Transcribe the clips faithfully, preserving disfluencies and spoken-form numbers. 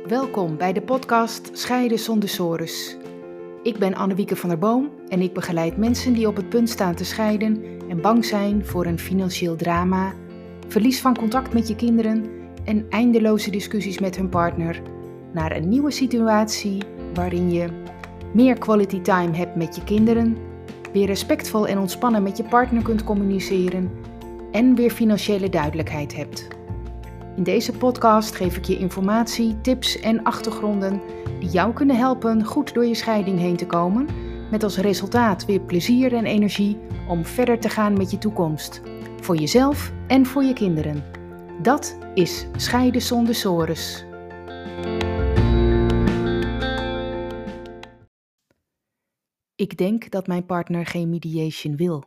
Welkom bij de podcast Scheiden zonder sores. Ik ben Annewieke van der Boom en ik begeleid mensen die op het punt staan te scheiden en bang zijn voor een financieel drama, verlies van contact met je kinderen en eindeloze discussies met hun partner naar een nieuwe situatie waarin je meer quality time hebt met je kinderen, weer respectvol en ontspannen met je partner kunt communiceren en weer financiële duidelijkheid hebt. In deze podcast geef ik je informatie, tips en achtergronden die jou kunnen helpen goed door je scheiding heen te komen, met als resultaat weer plezier en energie om verder te gaan met je toekomst, voor jezelf en voor je kinderen. Dat is Scheiden zonder sores. Ik denk dat mijn partner geen mediation wil.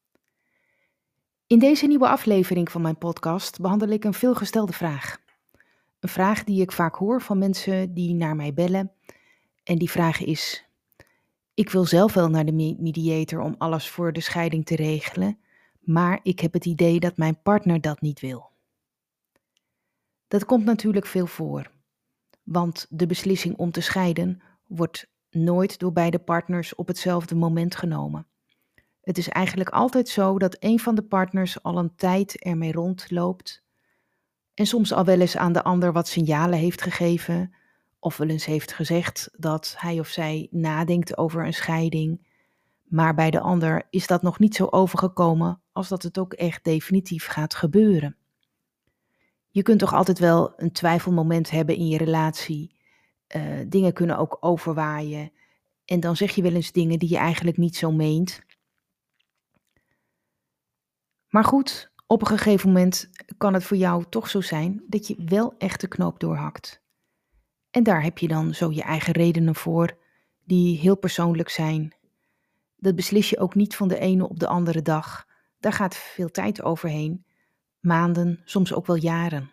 In deze nieuwe aflevering van mijn podcast behandel ik een veelgestelde vraag. Een vraag die ik vaak hoor van mensen die naar mij bellen. En die vraag is: ik wil zelf wel naar de mediator om alles voor de scheiding te regelen, maar ik heb het idee dat mijn partner dat niet wil. Dat komt natuurlijk veel voor, want de beslissing om te scheiden wordt nooit door beide partners op hetzelfde moment genomen. Het is eigenlijk altijd zo dat een van de partners al een tijd ermee rondloopt en soms al wel eens aan de ander wat signalen heeft gegeven of wel eens heeft gezegd dat hij of zij nadenkt over een scheiding, maar bij de ander is dat nog niet zo overgekomen als dat het ook echt definitief gaat gebeuren. Je kunt toch altijd wel een twijfelmoment hebben in je relatie. Uh, dingen kunnen ook overwaaien en dan zeg je wel eens dingen die je eigenlijk niet zo meent. Maar goed, op een gegeven moment kan het voor jou toch zo zijn dat je wel echt de knoop doorhakt. En daar heb je dan zo je eigen redenen voor, die heel persoonlijk zijn. Dat beslis je ook niet van de ene op de andere dag. Daar gaat veel tijd overheen, maanden, soms ook wel jaren.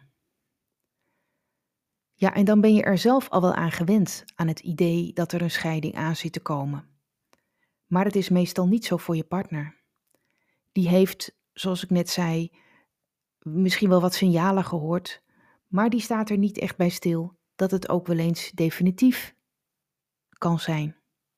Ja, en dan ben je er zelf al wel aan gewend, aan het idee dat er een scheiding aan zit te komen. Maar het is meestal niet zo voor je partner. Die heeft, zoals ik net zei, misschien wel wat signalen gehoord, maar die staat er niet echt bij stil dat het ook wel eens definitief kan zijn.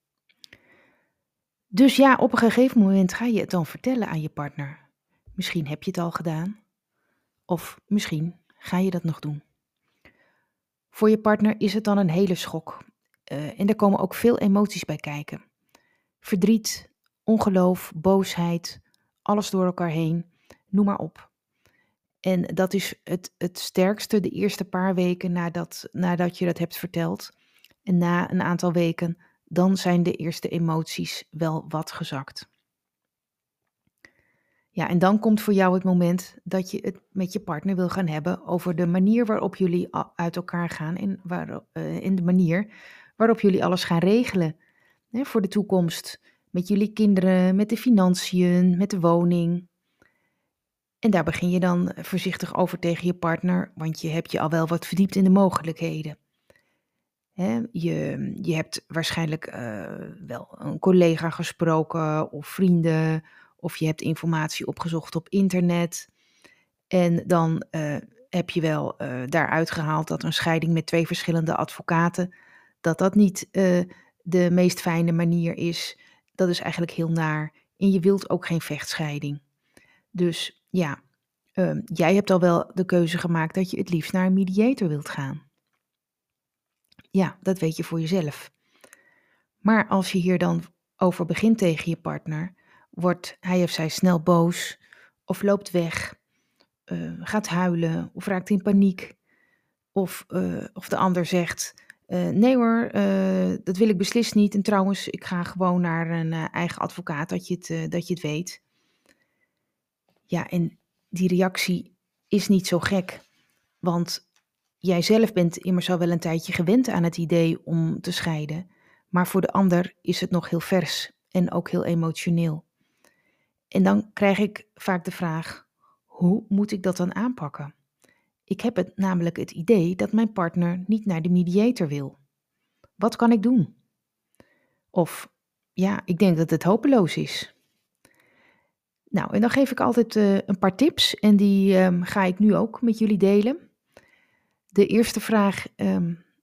Dus ja, op een gegeven moment ga je het dan vertellen aan je partner. Misschien heb je het al gedaan, of misschien ga je dat nog doen. Voor je partner is het dan een hele schok. Uh, en er komen ook veel emoties bij kijken. Verdriet, ongeloof, boosheid, alles door elkaar heen, noem maar op. En dat is het, het sterkste de eerste paar weken nadat, nadat je dat hebt verteld. En na een aantal weken, dan zijn de eerste emoties wel wat gezakt. Ja, en dan komt voor jou het moment dat je het met je partner wil gaan hebben over de manier waarop jullie uit elkaar gaan en, waar, uh, en de manier waarop jullie alles gaan regelen, hè, voor de toekomst. Met jullie kinderen, met de financiën, met de woning. En daar begin je dan voorzichtig over tegen je partner, want je hebt je al wel wat verdiept in de mogelijkheden. He, je, je hebt waarschijnlijk uh, wel een collega gesproken of vrienden, of je hebt informatie opgezocht op internet. En dan uh, heb je wel uh, daaruit gehaald dat een scheiding met twee verschillende advocaten, dat dat niet uh, de meest fijne manier is. Dat is eigenlijk heel naar. En je wilt ook geen vechtscheiding. Dus ja, uh, jij hebt al wel de keuze gemaakt dat je het liefst naar een mediator wilt gaan. Ja, dat weet je voor jezelf. Maar als je hier dan over begint tegen je partner, wordt hij of zij snel boos of loopt weg, uh, gaat huilen of raakt in paniek. Of, uh, of de ander zegt, uh, nee hoor, uh, dat wil ik beslist niet. En trouwens, ik ga gewoon naar een uh, eigen advocaat, dat je, het, uh, dat je het weet. Ja, en die reactie is niet zo gek, want jij zelf bent immers al wel een tijdje gewend aan het idee om te scheiden, maar voor de ander is het nog heel vers en ook heel emotioneel. En dan krijg ik vaak de vraag, hoe moet ik dat dan aanpakken? Ik heb het namelijk het idee dat mijn partner niet naar de mediator wil. Wat kan ik doen? Of, ja, ik denk dat het hopeloos is. Nou, en dan geef ik altijd uh, een paar tips en die um, ga ik nu ook met jullie delen. De eerste vraag um,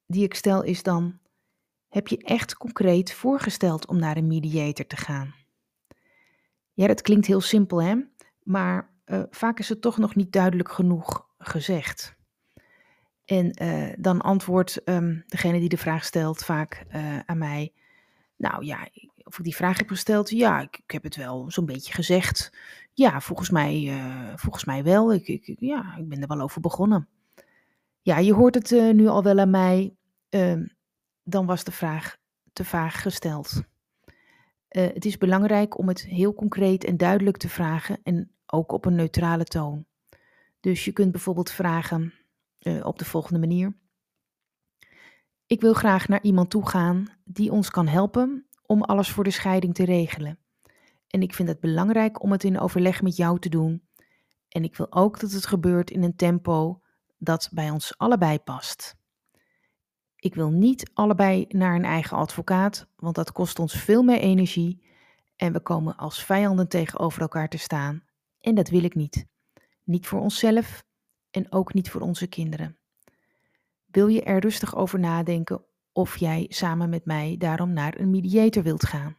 die ik stel is dan: heb je echt concreet voorgesteld om naar een mediator te gaan? Ja, dat klinkt heel simpel, hè? Maar uh, vaak is het toch nog niet duidelijk genoeg gezegd. En uh, dan antwoordt um, degene die de vraag stelt vaak uh, aan mij: nou ja, of ik die vraag heb gesteld? Ja, ik, ik heb het wel zo'n beetje gezegd. Ja, volgens mij, uh, volgens mij wel. Ik, ik, ja, ik ben er wel over begonnen. Ja, je hoort het uh, nu al wel aan mij. Uh, dan was de vraag te vaag gesteld. Uh, het is belangrijk om het heel concreet en duidelijk te vragen en ook op een neutrale toon. Dus je kunt bijvoorbeeld vragen uh, op de volgende manier: ik wil graag naar iemand toe gaan die ons kan helpen om alles voor de scheiding te regelen. En ik vind het belangrijk om het in overleg met jou te doen. En ik wil ook dat het gebeurt in een tempo dat bij ons allebei past. Ik wil niet allebei naar een eigen advocaat, want dat kost ons veel meer energie en we komen als vijanden tegenover elkaar te staan. En dat wil ik niet. Niet voor onszelf en ook niet voor onze kinderen. Wil je er rustig over nadenken of jij samen met mij daarom naar een mediator wilt gaan?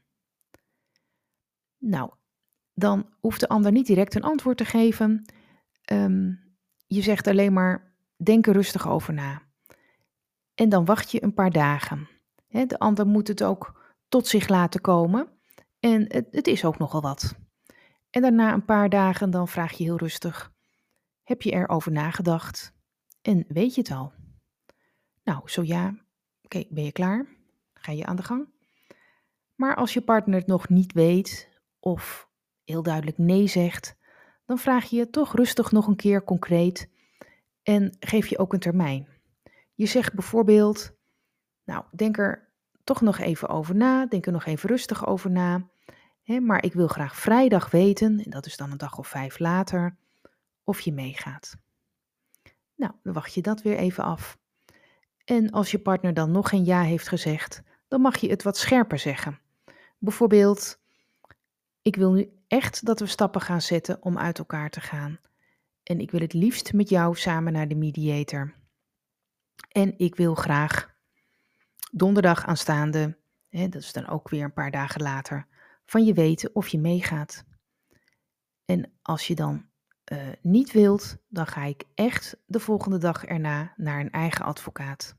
Nou, dan hoeft de ander niet direct een antwoord te geven. Um, je zegt alleen maar: denk er rustig over na. En dan wacht je een paar dagen. He, de ander moet het ook tot zich laten komen. En het, het is ook nogal wat. En daarna een paar dagen dan vraag je heel rustig: heb je erover nagedacht? En weet je het al? Nou, zo ja, oké, okay, ben je klaar? Ga je aan de gang? Maar als je partner het nog niet weet of heel duidelijk nee zegt, dan vraag je je toch rustig nog een keer concreet en geef je ook een termijn. Je zegt bijvoorbeeld: nou, denk er toch nog even over na, denk er nog even rustig over na, hè, maar ik wil graag vrijdag weten, en dat is dan een dag of vijf later, of je meegaat. Nou, dan wacht je dat weer even af. En als je partner dan nog geen ja heeft gezegd, dan mag je het wat scherper zeggen. Bijvoorbeeld: ik wil nu echt dat we stappen gaan zetten om uit elkaar te gaan. En ik wil het liefst met jou samen naar de mediator. En ik wil graag donderdag aanstaande, hè, dat is dan ook weer een paar dagen later, van je weten of je meegaat. En als je dan uh, niet wilt, dan ga ik echt de volgende dag erna naar een eigen advocaat.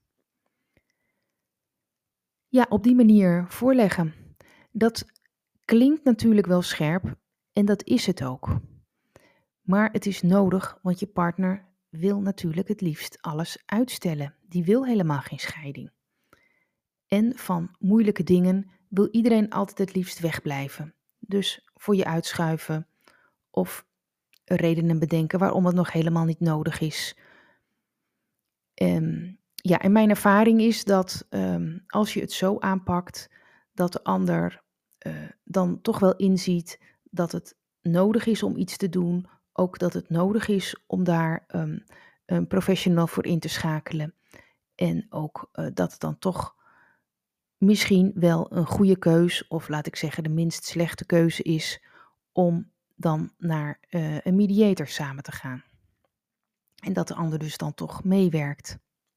Ja, op die manier voorleggen. Dat klinkt natuurlijk wel scherp en dat is het ook. Maar het is nodig, want je partner wil natuurlijk het liefst alles uitstellen. Die wil helemaal geen scheiding. En van moeilijke dingen wil iedereen altijd het liefst wegblijven. Dus voor je uitschuiven of redenen bedenken waarom het nog helemaal niet nodig is. Um, ja, en mijn ervaring is dat um, als je het zo aanpakt, dat de ander uh, dan toch wel inziet dat het nodig is om iets te doen. Ook dat het nodig is om daar um, een professional voor in te schakelen. En ook uh, dat het dan toch misschien wel een goede keus, of laat ik zeggen de minst slechte keuze is, om dan naar uh, een mediator samen te gaan. En dat de ander dus dan toch meewerkt.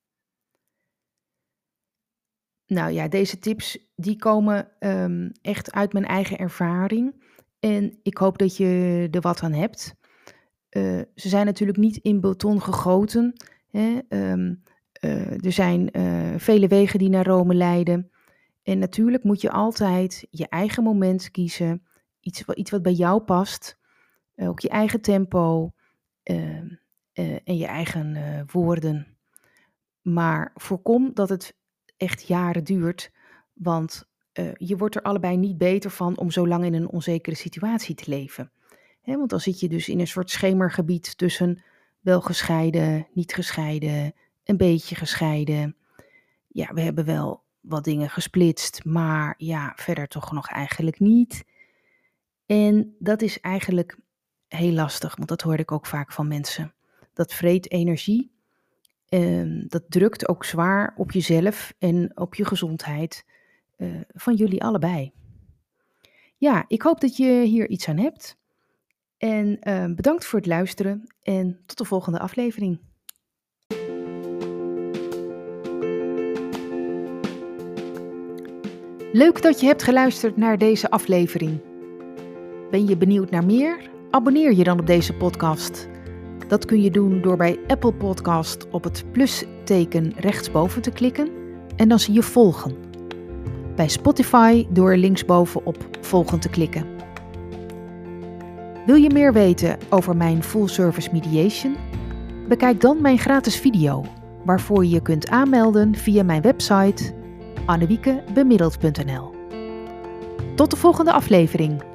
Nou ja, deze tips die komen um, echt uit mijn eigen ervaring. En ik hoop dat je er wat aan hebt. Uh, ze zijn natuurlijk niet in beton gegoten. Hè? Um, uh, er zijn uh, vele wegen die naar Rome leiden. En natuurlijk moet je altijd je eigen moment kiezen. Iets, iets wat bij jou past. Uh, ook je eigen tempo. Uh, uh, en je eigen uh, woorden. Maar voorkom dat het echt jaren duurt. Want uh, je wordt er allebei niet beter van om zo lang in een onzekere situatie te leven. He, want dan zit je dus in een soort schemergebied tussen wel gescheiden, niet gescheiden, een beetje gescheiden. Ja, we hebben wel wat dingen gesplitst, maar ja, verder toch nog eigenlijk niet. En dat is eigenlijk heel lastig, want dat hoor ik ook vaak van mensen. Dat vreet energie, uh, dat drukt ook zwaar op jezelf en op je gezondheid uh, van jullie allebei. Ja, ik hoop dat je hier iets aan hebt. En uh, bedankt voor het luisteren en tot de volgende aflevering. Leuk dat je hebt geluisterd naar deze aflevering. Ben je benieuwd naar meer? Abonneer je dan op deze podcast. Dat kun je doen door bij Apple Podcast op het plusteken rechtsboven te klikken en dan zie je volgen. Bij Spotify door linksboven op volgen te klikken. Wil je meer weten over mijn Full Service Mediation? Bekijk dan mijn gratis video, waarvoor je je kunt aanmelden via mijn website annewiekebemiddeld punt n l. Tot de volgende aflevering.